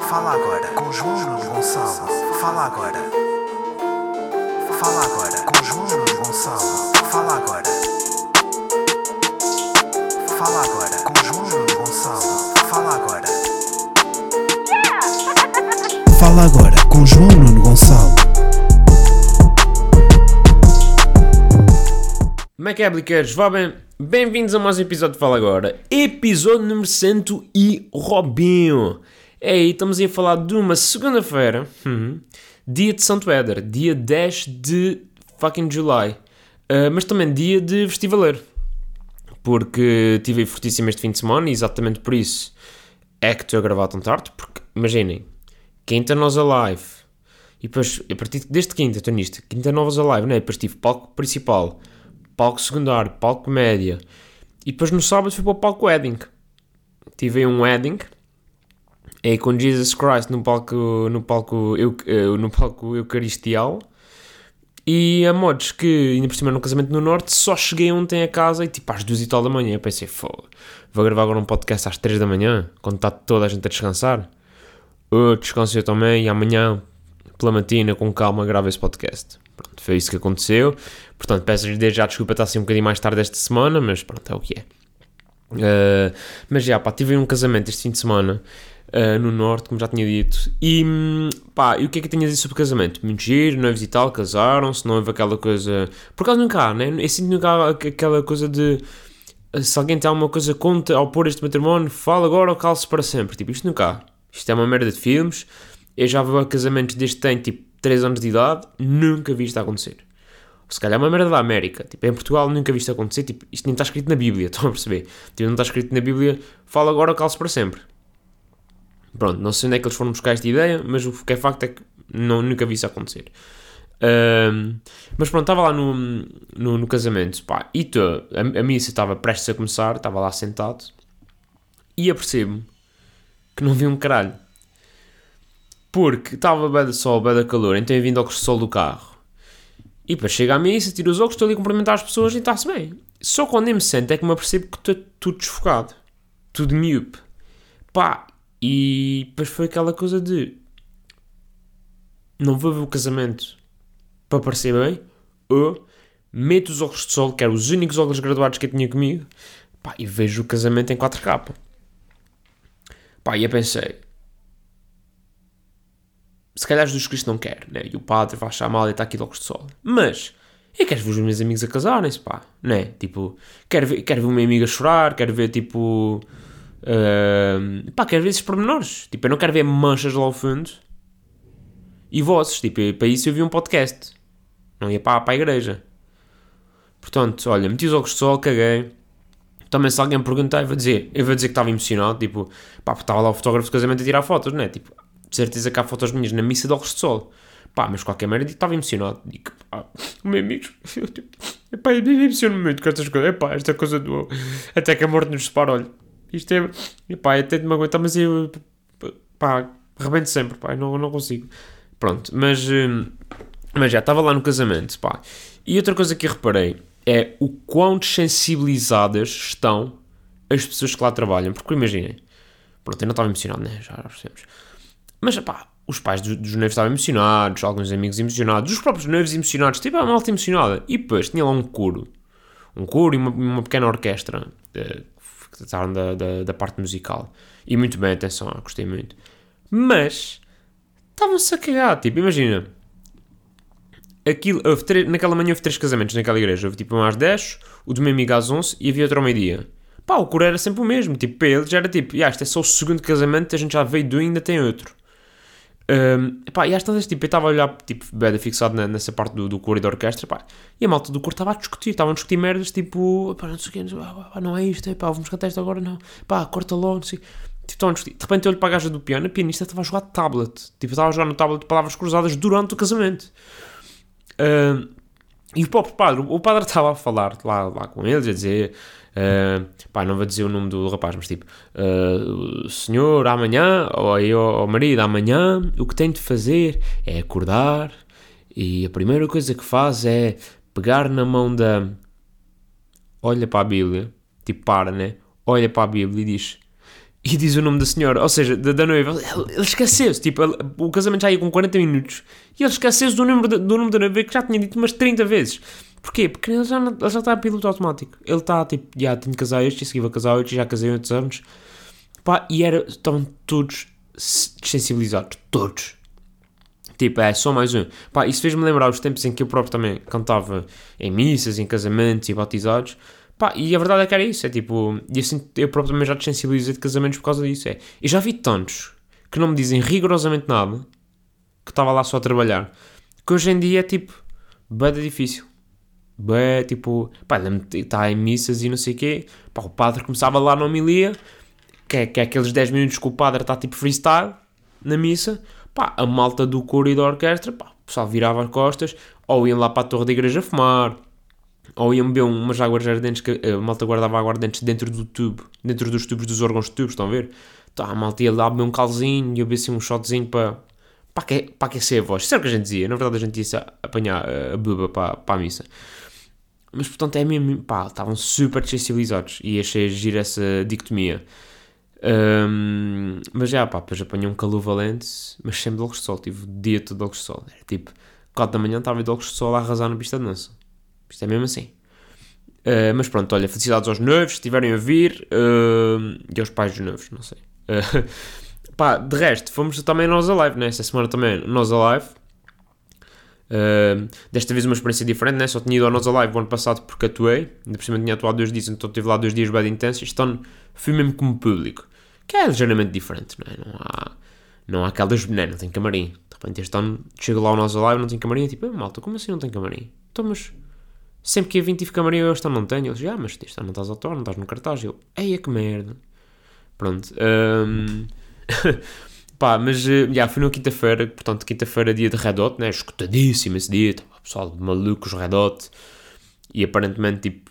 Fala agora com João Nuno Gonçalo. Fala agora. Fala agora com João Nuno Gonçalo. Fala agora. Fala agora com João Nuno Gonçalo. Fala agora. Fala agora com João Nuno Gonçalo. Como é que é, bliqueiros? Vá bem? Bem-vindos a mais um episódio de Fala Agora. Episódio número 100 e Robinho. Aí, estamos aí a falar de uma segunda-feira, dia de Santo Éder, dia 10 de fucking July, mas também dia de festivaleiro, porque tive aí fortíssimo este fim de semana e exatamente por isso é que estou a gravar tão tarde, porque imaginem, quinta nós a live, e depois, a partir deste quinta, estou nisto, quinta novas a live, né? Depois tive palco principal, palco secundário, palco média, e depois no sábado fui para o palco wedding. Tive aí um wedding, aí com Jesus Christ no palco eucaristial, e a modos que, ainda por cima no casamento no Norte, só cheguei ontem a casa e tipo às 2 e tal da manhã, eu pensei, vou gravar agora um podcast às 3 da manhã, quando está toda a gente a descansar. Eu descanso eu também e amanhã, pela matina, com calma, gravo esse podcast. Pronto, foi isso que aconteceu. Portanto, peço-lhes desde já desculpa estar assim um bocadinho mais tarde esta semana, mas pronto, é o que é. Mas já, pá, tive um casamento este fim de semana no Norte, como já tinha dito. E pá, e o que é que eu tinha a dizer sobre o casamento? Muito giro, noivos e tal, casaram-se, não houve aquela coisa... Por acaso nunca há, né? Eu sinto nunca há aquela coisa de... Se alguém tem alguma coisa contra ao pôr este matrimónio, fala agora ou cala-se para sempre. Tipo, isto nunca há. Isto é uma merda de filmes. Eu já vou a casamentos desde que tenho, tipo, 3 anos de idade, nunca vi isto acontecer. Se calhar é uma merda da América. Tipo, em Portugal nunca vi isto acontecer. Tipo, isto nem está escrito na Bíblia, estão a perceber? Tipo, não está escrito na Bíblia, fala agora ou cala-se para sempre. Pronto, não sei onde é que eles foram buscar esta ideia, mas o que é facto é que nunca vi isso acontecer. Mas pronto, estava lá no casamento, pá, e a missa estava prestes a começar, estava lá sentado, e apercebo-me que não vi um caralho. Porque estava bem de sol, bem de calor, então eu vim ao sol do carro. E depois chego à missa, tiro os óculos, estou ali a cumprimentar as pessoas e está-se bem. Só quando eu me sento é que me apercebo que estou tudo desfocado. Tudo miúpe. Pá, e depois foi aquela coisa de... Não vou ver o casamento para parecer bem. Ou meto os óculos de sol, que eram os únicos óculos graduados que eu tinha comigo. Pá, e vejo o casamento em 4K. Pá, e eu pensei... Se calhar Jesus Cristo não quer, né? E o padre vai achar mal e está aqui de óculos de sol. Mas, eu quero ver os meus amigos a casarem-se, pá. Né? Tipo, quero ver o meu amigo a chorar, quero ver, tipo... pá, quero ver esses pormenores. Tipo, eu não quero ver manchas lá ao fundo. E vozes. Tipo, para isso eu vi um podcast. Não ia para a igreja. Portanto, olha, meti os óculos de sol, caguei. Também se alguém me perguntar, eu vou dizer que estava emocionado. Tipo, pá, porque estava lá o fotógrafo de casamento a tirar fotos, né? Tipo... De certeza que há fotos minhas na missa de óculos de sol. Pá, mas qualquer merda, estava emocionado. Digo, pá, o meu amigo, eu emociono-me muito com estas coisas. Epá, esta coisa do... Até que a morte nos separa, olha. Isto é... Epá, eu tento me aguentar, mas eu... Pá, rebento sempre, pá, não consigo. Pronto, mas já, estava lá no casamento, pá. E outra coisa que eu reparei é o quão sensibilizadas estão as pessoas que lá trabalham. Porque imaginem, pronto, eu não estava emocionado, né? Já percebemos. Mas, pá, os pais dos noivos estavam emocionados, alguns amigos emocionados, os próprios noivos emocionados, tipo, a malta emocionada. E depois tinha lá um coro e uma pequena orquestra que estavam da parte musical. E muito bem, atenção, gostei muito. Mas, estavam-se a cagar, tipo, imagina. Naquela manhã houve 3 casamentos naquela igreja. Houve tipo um às 10, o do meu amigo às 11 e havia outro ao meio-dia. Pá, o coro era sempre o mesmo, tipo, para eles já era tipo, isto é só o segundo casamento, a gente já veio do e ainda tem outro. Pá, e às tantas, tipo, eu estava a olhar, tipo, bem fixado nessa parte do coro e da orquestra, pá, e a malta do coro estava a discutir merdas, tipo, pá, não sei o quê, não é isto, pá, vamos cantar isto agora, não, pá, corta logo, não sei, tipo, estavam a discutir. De repente eu olho para a gaja do piano, a pianista estava a jogar tablet, tipo, estava a jogar no tablet de palavras cruzadas durante o casamento. E o próprio padre, o padre estava a falar lá com eles, a dizer... pá, não vou dizer o nome do rapaz, mas tipo, senhor, amanhã, ou aí ao marido, amanhã, o que tem de fazer é acordar e a primeira coisa que faz é pegar na mão olha para a Bíblia, tipo, para, né? Olha para a Bíblia e diz, e diz o nome da senhora, ou seja, da noiva. Ele esqueceu-se, tipo, o casamento já ia com 40 minutos e ele esqueceu-se do nome da noiva que já tinha dito umas 30 vezes. Porquê? Porque ele já está a piloto automático. Ele está tipo, já tenho que casar este, e seguir a casar este, já casei há 8 anos. Pá, e estavam todos desensibilizados, todos. Tipo, é só mais um. Pá, isso fez-me lembrar os tempos em que eu próprio também cantava em missas, em casamentos e batizados. Pá, e a verdade é que era isso, é tipo, e assim, eu próprio também já desensibilizei de casamentos por causa disso, e já vi tantos que não me dizem rigorosamente nada, que estava lá só a trabalhar, que hoje em dia é tipo, bué difícil, bué, tipo, pá, está em missas e não sei o quê, pá, o padre começava lá na homilia, que é aqueles 10 minutos que o padre está tipo freestyle, na missa, pá, a malta do coro e da orquestra, pá, o pessoal virava as costas, ou iam lá para a torre da igreja fumar, ou iam beber umas águas ardentes que a malta guardava aguardentes dentro do tubo, dentro dos tubos dos órgãos de tubos, estão a ver? Então a malta ia lá beber um calzinho e ia beber assim um shotzinho para aquecer a voz. Isso era o que a gente dizia, na verdade a gente ia apanhar a beba para a missa. Mas portanto é mesmo, pá, estavam super desensibilizados e achei agir essa dicotomia. Mas já, pá, depois apanhei um calor valente, mas sempre de óculos de sol, tive o dia todo de óculos de sol. Era tipo, 4 da manhã estava de óculos de sol a arrasar na pista de dança. Isto é mesmo assim. Mas pronto, olha, felicidades aos noivos, se estiverem a vir, e aos pais dos noivos, não sei. Pá, de resto, fomos também nós Alive, né? Esta semana também nós Alive. Desta vez uma experiência diferente, né? Só tinha ido ao nós Alive o ano passado porque atuei, ainda por cima tinha atuado 2 dias, então tive lá 2 dias bem intensos. Este ano fui mesmo como público, que é ligeiramente diferente, não é? Não há aquelas, não tem camarim. De repente este ano chego lá ao nós Alive, não tem camarim, tipo, malta, como assim não tem camarim? Então, mas sempre que ia 20 tive camarim, eu este ano não tenho. Eles dizem, mas este ano não estás autor, não estás no cartaz. Eu, eia que merda. Pronto. Pá, mas já fui na quinta-feira, portanto, quinta-feira dia de Red Hot, né? Escutadíssimo esse dia, estava o pessoal maluco, os Red Hot, e aparentemente, tipo,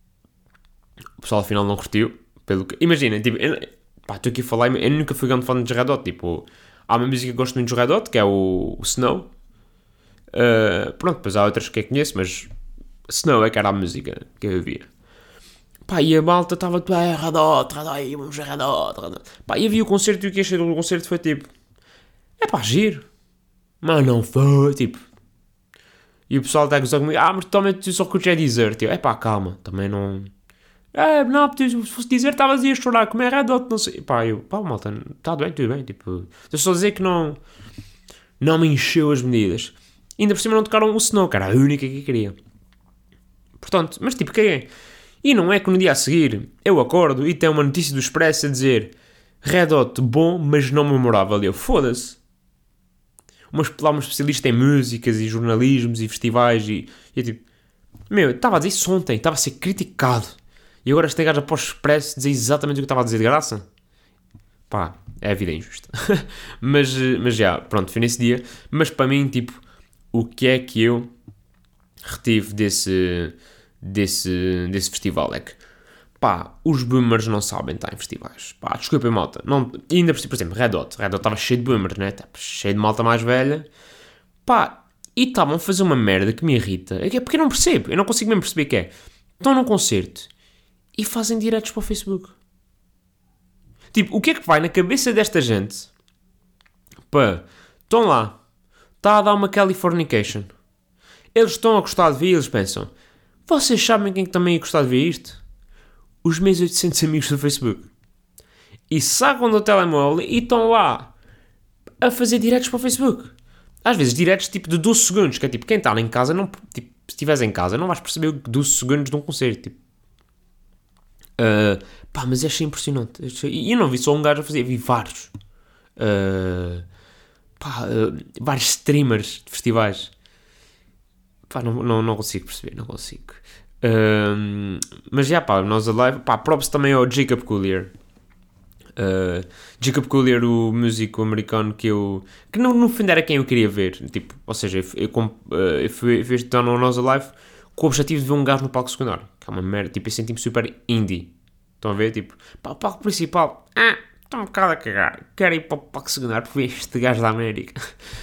o pessoal afinal não curtiu, pelo que, imaginem, tipo, pá, estou aqui a falar, eu nunca fui grande fã de Red Hot, tipo, há uma música que eu gosto muito dos Red Hot, que é o Snow, pronto, depois há outras que eu conheço, mas Snow é que era a música que eu ouvia. Pá, e a malta estava Red Hot, vamos a Red Hot. Pá, e havia o concerto e o que achei do concerto foi tipo, é pá, giro. Mas não foi, tipo. E o pessoal está a gozar comigo, mas totalmente tu só curtes é dizer, tipo, é pá, calma, também não. Não, se fosse dizer, estavas a chorar, como é Red Hot, não sei. Pá, malta, está bem, tudo bem, tipo. Eu só dizer que não me encheu as medidas. Ainda por cima não tocaram o Snow, que era a única que eu queria. Portanto, mas tipo, caguei. E não é que no dia a seguir eu acordo e tem uma notícia do Expresso a dizer Red Hot bom, mas não memorável. E eu, foda-se. Lá uma especialista em músicas e jornalismos e festivais e eu tipo, estava a dizer isso ontem, estava a ser criticado. E agora este gajo após o Expresso dizer exatamente o que eu estava a dizer de graça. Pá, é a vida injusta. mas já, pronto, foi nesse dia. Mas para mim, tipo, o que é que eu retive desse festival é que, pá, os boomers não sabem estar em festivais. Pá, desculpem, malta. Não, ainda por exemplo, Red Hot estava cheio de boomers, né? Estava cheio de malta mais velha. Pá, e estavam a fazer uma merda que me irrita. É porque eu não percebo. Eu não consigo mesmo perceber que é. Estão num concerto e fazem diretos para o Facebook. Tipo, o que é que vai na cabeça desta gente? Pá, estão lá. Está a dar uma Californication. Eles estão a gostar de ver e eles pensam, vocês sabem quem também ia gostar de ver isto? Os meus 800 amigos do Facebook. E sacam do telemóvel e estão lá a fazer diretos para o Facebook. Às vezes diretos tipo de 12 segundos, que é tipo, quem está em casa, não, tipo, se estiveres em casa, não vais perceber 12 segundos de um concerto. Tipo. Pá, mas achei impressionante. E eu não vi só um gajo a fazer, vi vários. Vários streamers de festivais. Pá, não consigo perceber, não consigo. Mas já, pá, nós Alive, pá, props também ao Jacob Collier. Jacob Collier, o músico americano que no fundo era quem eu queria ver. Tipo, ou seja, eu fui este ano ao Nós Alive com o objetivo de ver um gajo no palco secundário. Que é uma merda, tipo, eu senti-me super indie. Estão a ver? Tipo, pá, o palco principal, estou um bocado a cagar. Quero ir para o palco secundário para ver este gajo da América.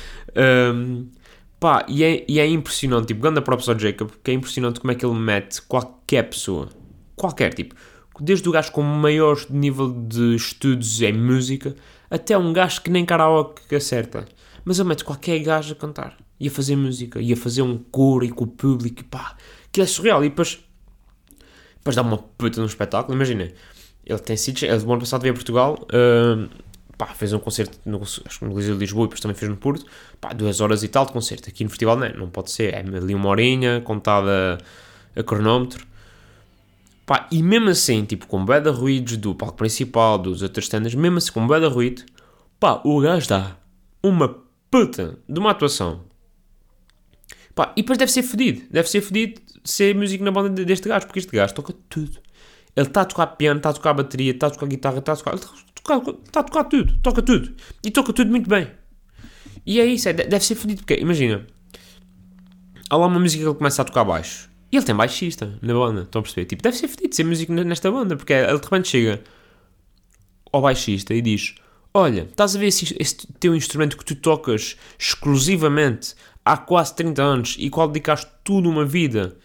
Pá, e é impressionante, tipo, ganda props ao Jacob, que é impressionante como é que ele mete qualquer pessoa, tipo, desde o gajo com maior nível de estudos em música, até um gajo que nem karaoke acerta. Mas ele mete qualquer gajo a cantar, e a fazer música, e a fazer um coro e com o público, e pá, aquilo é surreal. E depois dá uma puta num espetáculo. Imagina, ele tem sido, ele do ano passado veio a Portugal, pá, fez um concerto acho que no Coliseu de Lisboa e depois também fez no Porto, pá, 2 horas e tal de concerto. Aqui no festival não pode ser, é ali uma horinha contada a cronómetro, pá, e mesmo assim, tipo, com bué de ruídos do palco principal, dos outros stands, mesmo assim com bué de ruído, pá, o gajo dá uma puta de uma atuação, pá, e depois deve ser fedido ser músico na banda deste gajo, porque este gajo toca tudo. Ele está a tocar piano, está a tocar bateria, está a tocar guitarra, está a tocar tudo, toca tudo. E toca tudo muito bem. E é isso, deve ser fedido, porque imagina, há lá uma música que ele começa a tocar baixo. E ele tem baixista na banda, estão a perceber? Tipo, deve ser fedido ser músico nesta banda, porque ele de repente chega ao baixista e diz: olha, estás a ver esse teu instrumento que tu tocas exclusivamente há quase 30 anos e qual dedicaste tudo uma vida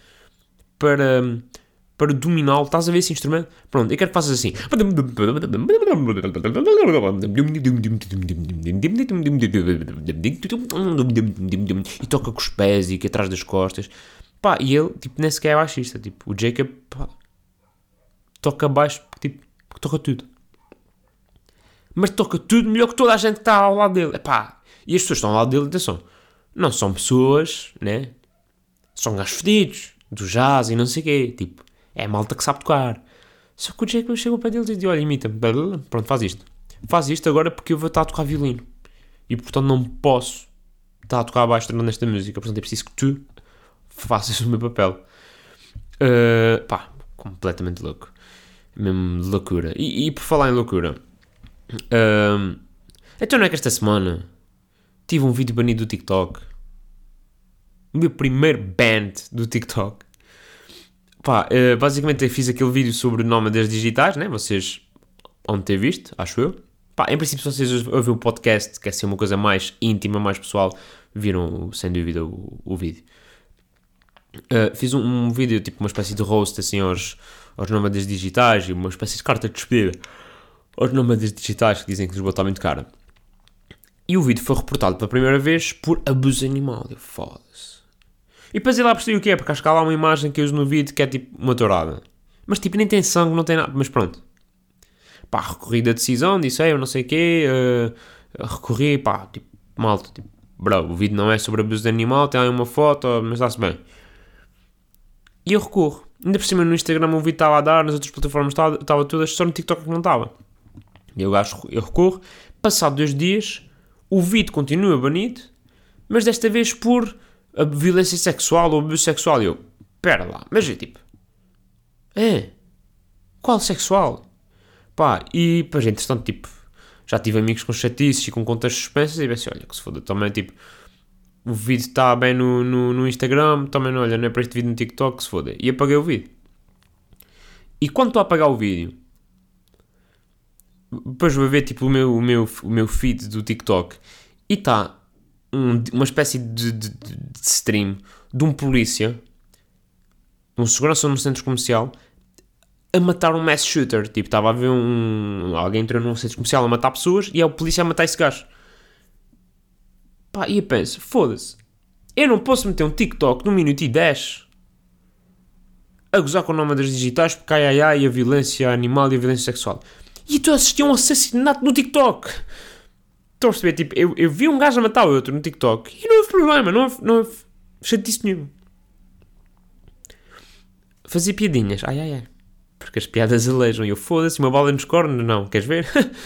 para dominá-lo, estás a ver esse instrumento? Pronto, eu quero que faças assim. E toca com os pés e aqui atrás das costas. Pá, e ele, tipo, nem sequer é baixista. Tipo, o Jacob, pá, toca baixo, tipo, toca tudo. Mas toca tudo melhor que toda a gente que está ao lado dele. Epá, e as pessoas que estão ao lado dele, atenção, não são pessoas, né? São gajos fedidos, do jazz e não sei o quê. Tipo, é a malta que sabe tocar. Só que o Jacob chega ao pé dele e diz: olha, imita-me. Pronto, faz isto. Faz isto agora porque eu vou estar a tocar violino. E portanto não posso estar a tocar abaixo nesta música. Portanto é preciso que tu faças o meu papel. Pá, completamente louco. Mesmo loucura. E por falar em loucura, então não é que esta semana tive um vídeo banido do TikTok. O meu primeiro ban do TikTok. Pá, basicamente eu fiz aquele vídeo sobre nómadas digitais, né? Vocês vão ter visto, acho eu. Pá, em princípio, se vocês ouvem o podcast, que é ser uma coisa mais íntima, mais pessoal, viram sem dúvida o vídeo. Fiz um vídeo, tipo uma espécie de roast assim aos nómadas digitais e uma espécie de carta de despedida aos nómadas digitais que dizem que Lisboa está muito cara. E o vídeo foi reportado pela primeira vez por abuso animal. Eu foda-se. E depois eu lá percebi o que é, porque acho que há lá uma imagem que eu uso no vídeo que é tipo uma tourada. Mas tipo, nem tem sangue, não tem nada. Mas pronto. Pá, recorri da decisão, disse eu não sei o quê. Recorri, pá, tipo, malta, tipo, bro, o vídeo não é sobre abuso de animal, tem aí uma foto, mas está-se bem. E eu recorro. Ainda por cima no Instagram o vídeo estava a dar, nas outras plataformas estava todas, só no TikTok que não estava. E eu recorro. Passado 2 dias, o vídeo continua banido, mas desta vez por a violência sexual ou abuso sexual. E eu, pera lá, mas é tipo, qual sexual? Pá, e depois, entretanto, tipo, já tive amigos com chatices e com contas suspensas e pensei, olha, que se foda, também, tipo, o vídeo está bem no Instagram, também, olha, não é para este vídeo no TikTok, que se foda. E apaguei o vídeo. E quando estou a apagar o vídeo, depois vou ver, tipo, o meu feed do TikTok e está uma espécie de stream de um polícia, um segurança num centro comercial, a matar um mass shooter. Tipo, estava a ver alguém entrou num centro comercial a matar pessoas e é o polícia a matar esse gajo. Pá, e eu penso, foda-se, eu não posso meter um TikTok no minuto e 10 a gozar com nómadas digitais porque e a violência animal e a violência sexual. E tu assistiu a um assassinato no TikTok. Estão a perceber? Tipo, eu vi um gajo a matar o outro no TikTok e não houve problema, não houve chatice nenhuma. Fazia piadinhas, porque as piadas alejam e eu foda-se, uma bala nos cornos, não, queres ver?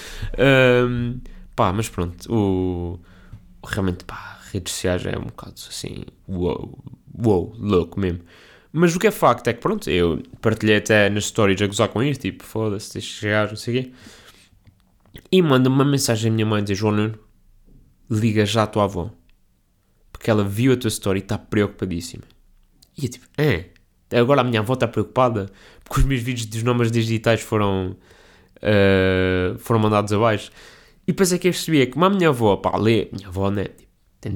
Pá, mas pronto, realmente, pá, redes sociais é um bocado assim, louco mesmo. Mas o que é facto é que, pronto, eu partilhei até nas stories a gozar com isto, tipo, foda-se, deixa chegar, não sei o quê. E manda uma mensagem à minha mãe, dizer, João Nuno, liga já à tua avó. Porque ela viu a tua story e está preocupadíssima. E eu tipo, agora a minha avó está preocupada porque os meus vídeos dos nómadas digitais foram mandados abaixo. E depois é que eu percebi, é que a minha avó, pá, minha avó, né, tipo, tem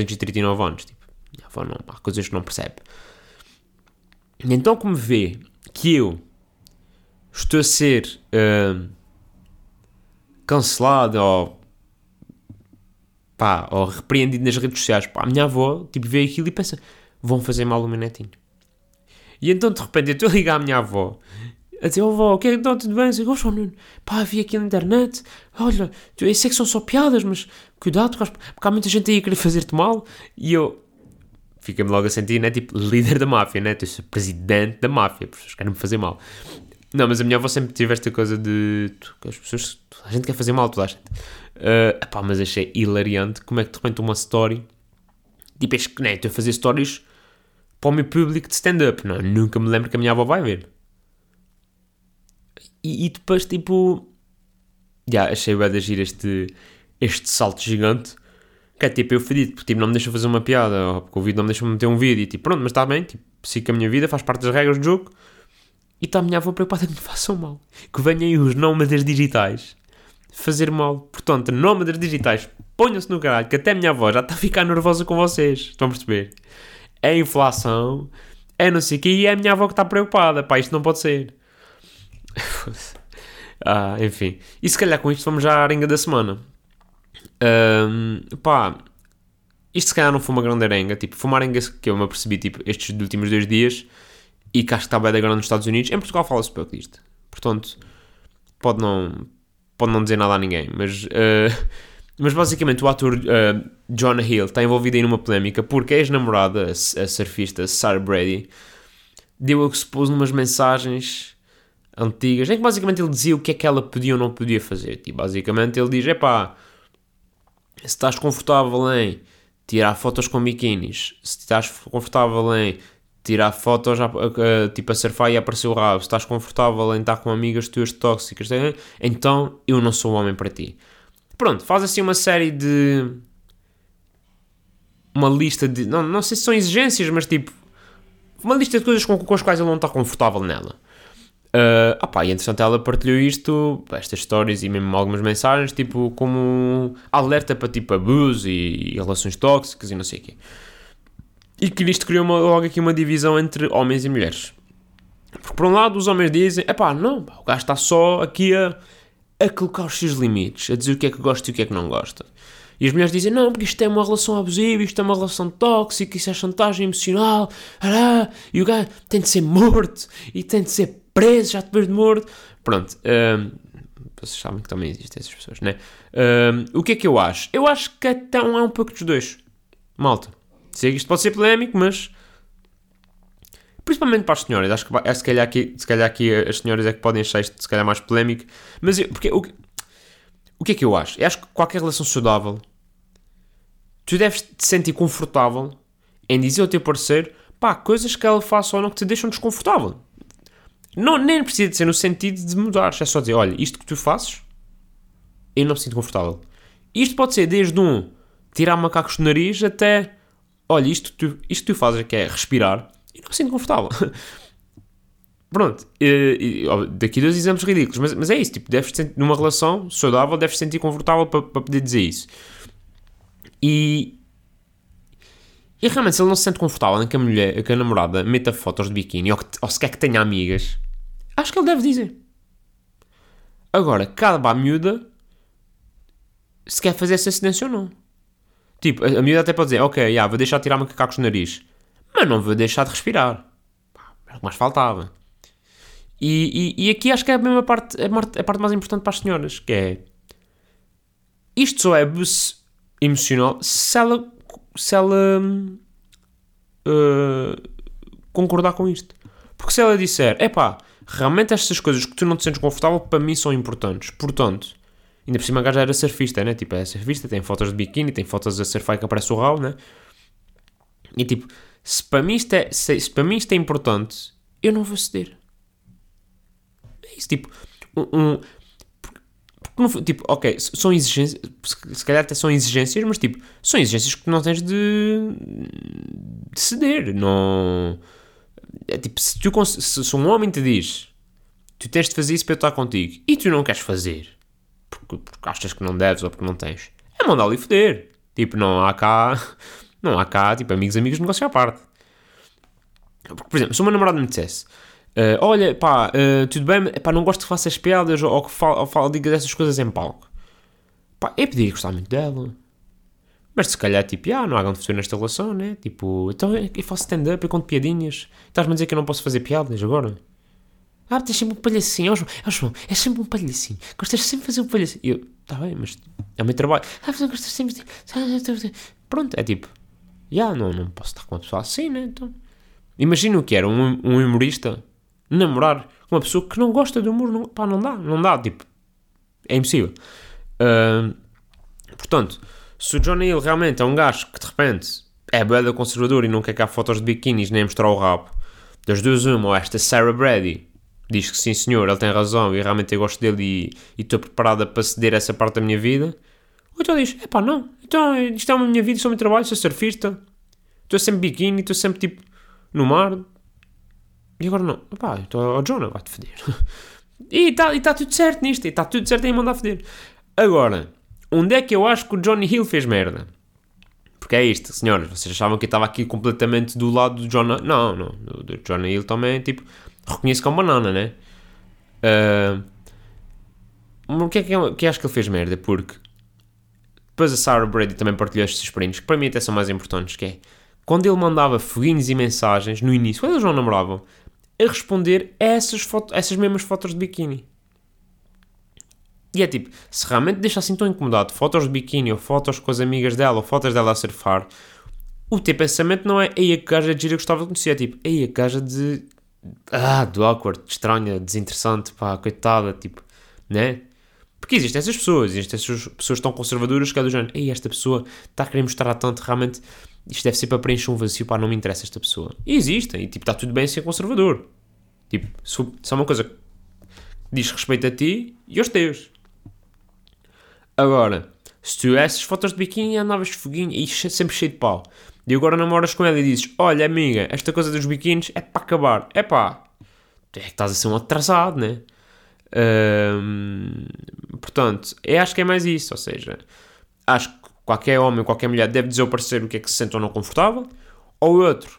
239 anos, tipo, minha avó não, há coisas que não percebe. E então como vê que eu estou a ser cancelado ou repreendido nas redes sociais, pá, a minha avó, tipo, vê aquilo e pensa, vão fazer mal ao meu netinho. E então, de repente, eu estou a ligar à minha avó, a dizer, avó, o que é que está tudo bem? Eu digo, oh, Nuno, pá, vi aqui na internet, olha, eu sei que são só piadas, mas cuidado, porque há muita gente aí a querer fazer-te mal. E eu fiquei-me logo a sentir, né, tipo, líder da máfia, né, eu sou presidente da máfia, as pessoas querem-me fazer mal. Não, mas a minha avó sempre teve esta coisa de, as pessoas, toda a gente quer fazer mal, toda a gente. Mas achei hilariante como é que de repente uma story, tipo, né, estou a fazer stories para o meu público de stand-up, não, nunca me lembro que a minha avó vai ver. E depois, tipo, achei bem de agir este salto gigante, que é tipo, eu fedido, porque tipo, não me deixa fazer uma piada, ou porque o vídeo não me deixa meter um vídeo, e tipo, pronto, mas está bem, tipo, sigo a minha vida, faz parte das regras do jogo, e está a minha avó preocupada que me façam mal, que venham aí os nómadas digitais fazer mal. Portanto, nómadas digitais, ponham-se no caralho, que até a minha avó já está a ficar nervosa com vocês, estão a perceber? É a inflação, é não sei o quê, e é a minha avó que está preocupada, pá, isto não pode ser. Enfim, e se calhar com isto vamos já à arenga da semana. Isto se calhar não foi uma grande arenga, tipo, foi uma arenga que eu me apercebi, tipo, estes últimos 2 dias, e que acho que está bem da grande nos Estados Unidos. Em Portugal fala-se pouco disto, portanto pode não dizer nada a ninguém, mas basicamente o ator Jonah Hill está envolvido aí numa polémica porque a ex-namorada, a surfista Sarah Brady, deu a que se pôs numas mensagens antigas em que basicamente ele dizia o que é que ela podia ou não podia fazer. Tipo, basicamente ele diz, se estás confortável em tirar fotos com biquinis, se estás confortável em tirar fotos tipo a surfar e aparecer o rabo, se estás confortável em estar com amigas tuas tóxicas, então eu não sou o homem para ti. Pronto, faz assim uma série de... uma lista de... não sei se são exigências, mas tipo... uma lista de coisas com as quais ele não está confortável nela. E entretanto ela partilhou estas stories e mesmo algumas mensagens, tipo, como alerta para tipo abuso e relações tóxicas e não sei o quê. E que isto criou logo aqui uma divisão entre homens e mulheres. Porque por um lado os homens dizem, o gajo está só aqui a colocar os seus limites, a dizer o que é que gosta e o que é que não gosta. E as mulheres dizem, não, porque isto é uma relação abusiva, isto é uma relação tóxica, isso é chantagem emocional, e o gajo tem de ser morto, e tem de ser preso, já te vejo de morto. Pronto, vocês sabem que também existem essas pessoas, né? O que é que eu acho? Eu acho que então é um pouco dos dois. Malta, sei que isto pode ser polémico, mas... principalmente para as senhoras, acho que se calhar aqui as senhoras é que podem achar isto se calhar mais polémico, mas porque o que é que eu acho? Eu acho que qualquer relação saudável, tu deves te sentir confortável em dizer ao teu parceiro, coisas que ela faça ou não que te deixam desconfortável. Não, nem precisa de ser no sentido de mudar, é só dizer, olha, isto que tu fazes, eu não me sinto confortável. Isto pode ser desde tirar macacos do nariz até, olha, isto que tu fazes que é respirar, e não me sinto confortável. Pronto, daqui 2 exemplos ridículos, mas é isso, tipo, numa relação saudável, deves te sentir confortável para poder dizer isso. E realmente, se ele não se sente confortável em que a namorada meta fotos de biquíni, ou se quer que tenha amigas, acho que ele deve dizer. Agora, cabe à miúda se quer fazer essa cedência ou não. Tipo, a miúda até pode dizer, ok, vou deixar de tirar macacos no nariz, mas não vou deixar de respirar. Era o que mais faltava. E aqui acho que é a mesma parte, a parte mais importante para as senhoras, que é, isto só é abuso emocional se ela concordar com isto. Porque se ela disser, realmente estas coisas que tu não te sentes confortável, para mim são importantes, portanto, ainda por cima a gaja era surfista, né? Tipo, é surfista, tem fotos de biquíni, tem fotos a surfar que aparece o rabo, né? E tipo, se para mim isto é importante, eu não vou ceder. É isso, tipo, tipo, ok, são exigências, se calhar até são exigências, mas tipo, são exigências que tu não tens de ceder, não... É tipo, se um homem te diz, tu tens de fazer isso para eu estar contigo, e tu não queres fazer, porque achas que não deves ou porque não tens, é mandar-lhe e foder. Tipo, não há cá, tipo, amigos, negócio à parte. Porque, por exemplo, se uma namorada me dissesse, Olha, pá, tudo bem, pá, não gosto que faças piadas ou que digas essas coisas em palco. Pá, eu podia gostar muito dela. Mas se calhar, tipo, não há grande futuro nesta relação, né? Tipo, então eu faço stand-up, eu conto piadinhas. Estás-me a dizer que eu não posso fazer piadas agora? Tens sempre um palhacinho. João, és sempre um palhacinho. Gostas sempre de fazer um palhacinho. E eu, tá bem, mas é o meu trabalho. Mas não gostas sempre de... Pronto, é tipo, não posso estar com uma pessoa assim, né? Então, imagina o que era um humorista namorar com uma pessoa que não gosta de humor. Não dá, tipo, é impossível. Portanto, se o Johnny Hill realmente é um gajo que de repente é bué conservador e não quer cá fotos de biquinis nem mostrar o rabo, das duas uma, ou esta Sarah Brady diz que sim senhor, ele tem razão e realmente eu gosto dele e estou preparada para ceder essa parte da minha vida, ou então diz, não, então isto é a minha vida, isto é o meu trabalho, sou surfista, estou sempre biquíni, estou sempre tipo no mar, e agora não, então o Jonah vai-te foder. E está tudo certo nisto, e está tudo certo em mandar foder. Agora, onde é que eu acho que o Johnny Hill fez merda? Porque é isto, senhores, vocês achavam que eu estava aqui completamente do lado do Jonah... Não, do Johnny Hill também, tipo, reconheço como banana, né? O que é que acho que ele fez merda? Porque depois a Sarah Brady também partilhou estes prints, que para mim até são mais importantes, que é, quando ele mandava foguinhos e mensagens, no início, quando eles não namoravam, a responder a essas mesmas fotos de biquíni. E é tipo, se realmente deixa assim tão incomodado fotos de biquíni, ou fotos com as amigas dela, ou fotos dela a surfar, o teu pensamento não é ei, a gaja de gira que gostava de conhecer, é tipo, ei, a gaja de awkward, de estranha, desinteressante, pá, coitada, tipo, né? Porque existem essas pessoas tão conservadoras que é do género, ei, esta pessoa está a querer mostrar tanto, realmente, isto deve ser para preencher um vazio, pá, não me interessa esta pessoa. E existem, e tipo, está tudo bem ser conservador. Tipo, se é uma coisa que diz respeito a ti e aos teus. Agora, se tu essas fotos de biquíni andavas de foguinho e sempre cheio de pau, e agora namoras com ela e dizes, olha amiga, esta coisa dos biquínis é para acabar, é pá, tu é que estás a ser um atrasado, né? Portanto, eu acho que é mais isso, ou seja, acho que qualquer homem, qualquer mulher deve dizer ao parceiro o que é que se sente ou não confortável, ou outro,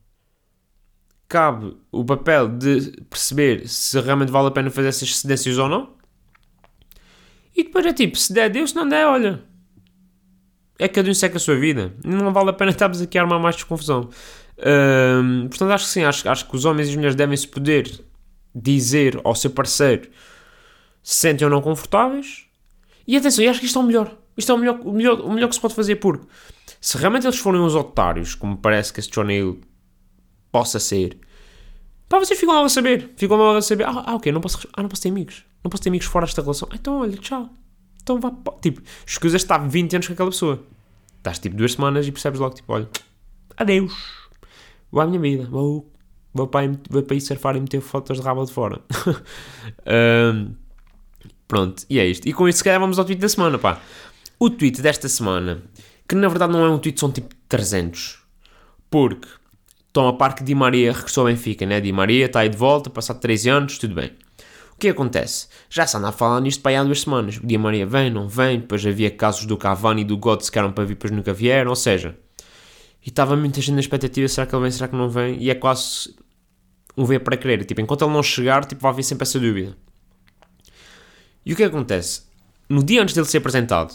cabe o papel de perceber se realmente vale a pena fazer essas cedências ou não. E depois é tipo, se der, Deus, se não der, olha. É cada um seca a sua vida. Não vale a pena estarmos aqui a armar mais desconfusão. Portanto, acho que sim. Acho que os homens e as mulheres devem-se poder dizer ao seu parceiro se sentem ou não confortáveis. E atenção, eu acho que isto é o melhor. Isto é o melhor que se pode fazer, porque se realmente eles forem uns otários, como parece que esse Johnny Hill possa ser, pá, vocês ficam logo a saber. Ok, não posso ter amigos. Não posso ter amigos fora desta relação. Então, olha, tchau. Então vá, tipo, escusas de estar 20 anos com aquela pessoa. Estás tipo 2 semanas e percebes logo, tipo, olha, adeus. Vou à minha vida. Vou para ir surfar e meter fotos de rabo de fora. Pronto, e é isto. E com isto, se calhar, vamos ao tweet da semana, pá. O tweet desta semana, que na verdade não é um tweet, são tipo 300. Porque estão a par que Di Maria regressou ao Benfica, né? Di Maria está aí de volta, passado 13 anos, tudo bem. O que acontece? Já se anda a falar nisto para aí há 2 semanas. O Di Maria vem, não vem, depois havia casos do Cavani e do Götze que eram para vir, depois nunca vieram, ou seja, e estava muita gente na expectativa, será que ele vem, será que não vem? E é quase um ver para crer, tipo, enquanto ele não chegar, tipo, vai haver sempre essa dúvida. E o que acontece? No dia antes dele ser apresentado,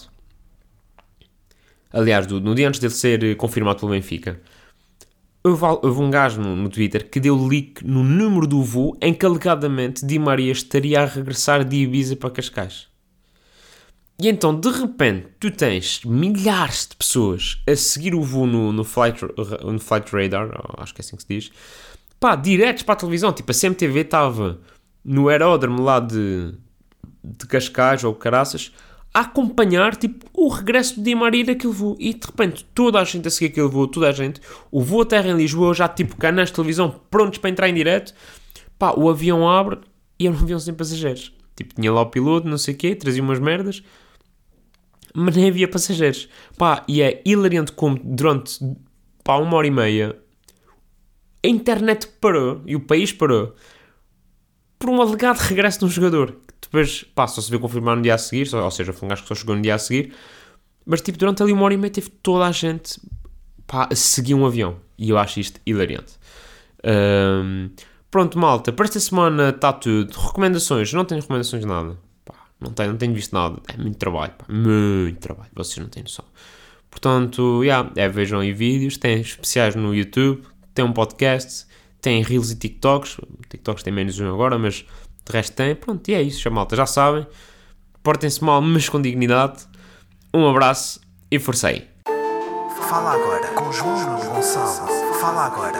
aliás, no dia antes dele ser confirmado pelo Benfica, houve um gajo no Twitter que deu leak no número do voo em que alegadamente Di Maria estaria a regressar de Ibiza para Cascais. E então, de repente, tu tens milhares de pessoas a seguir o voo no Flight Radar, acho que é assim que se diz, pá, diretos para a televisão. Tipo, a CMTV estava no aeródromo lá de Cascais ou Caraças a acompanhar, tipo, o regresso do Di Maria daquele voo. E, de repente, toda a gente a seguir aquele voo, toda a gente. O voo a terra em Lisboa, já, tipo, canais de televisão prontos para entrar em direto. Pá, o avião abre e era um avião sem passageiros. Tipo, tinha lá o piloto, não sei o quê, trazia umas merdas, mas nem havia passageiros. Pá, e é hilariante como durante, pá, 1h30 a internet parou e o país parou por um alegado regresso de um jogador. Depois, pá, só se veio confirmar no dia a seguir, ou seja, foi um gajo que só chegou no dia a seguir, mas tipo, durante ali 1h30 teve toda a gente, pá, a seguir um avião, e eu acho isto hilariante. Pronto, malta, para esta semana está tudo. Recomendações, não tenho recomendações de nada. Pá, não tenho visto nada. É muito trabalho, pá, muito trabalho. Vocês não têm noção. Portanto, vejam aí vídeos. Tem especiais no YouTube, tem um podcast, tem Reels e TikToks. TikToks tem menos um agora, mas de resto tem. Pronto, e é isso, malta, já sabem. Portem-se mal, mas com dignidade. Um abraço e força aí. Fala agora com João Nuno Gonçalo. Fala agora.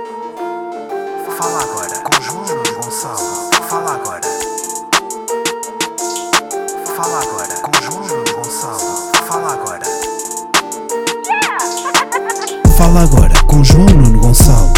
Fala agora com João Nuno Gonçalo. Fala agora. Fala agora com João Nuno Gonçalo. Fala agora. Fala agora com João Nuno Gonçalo.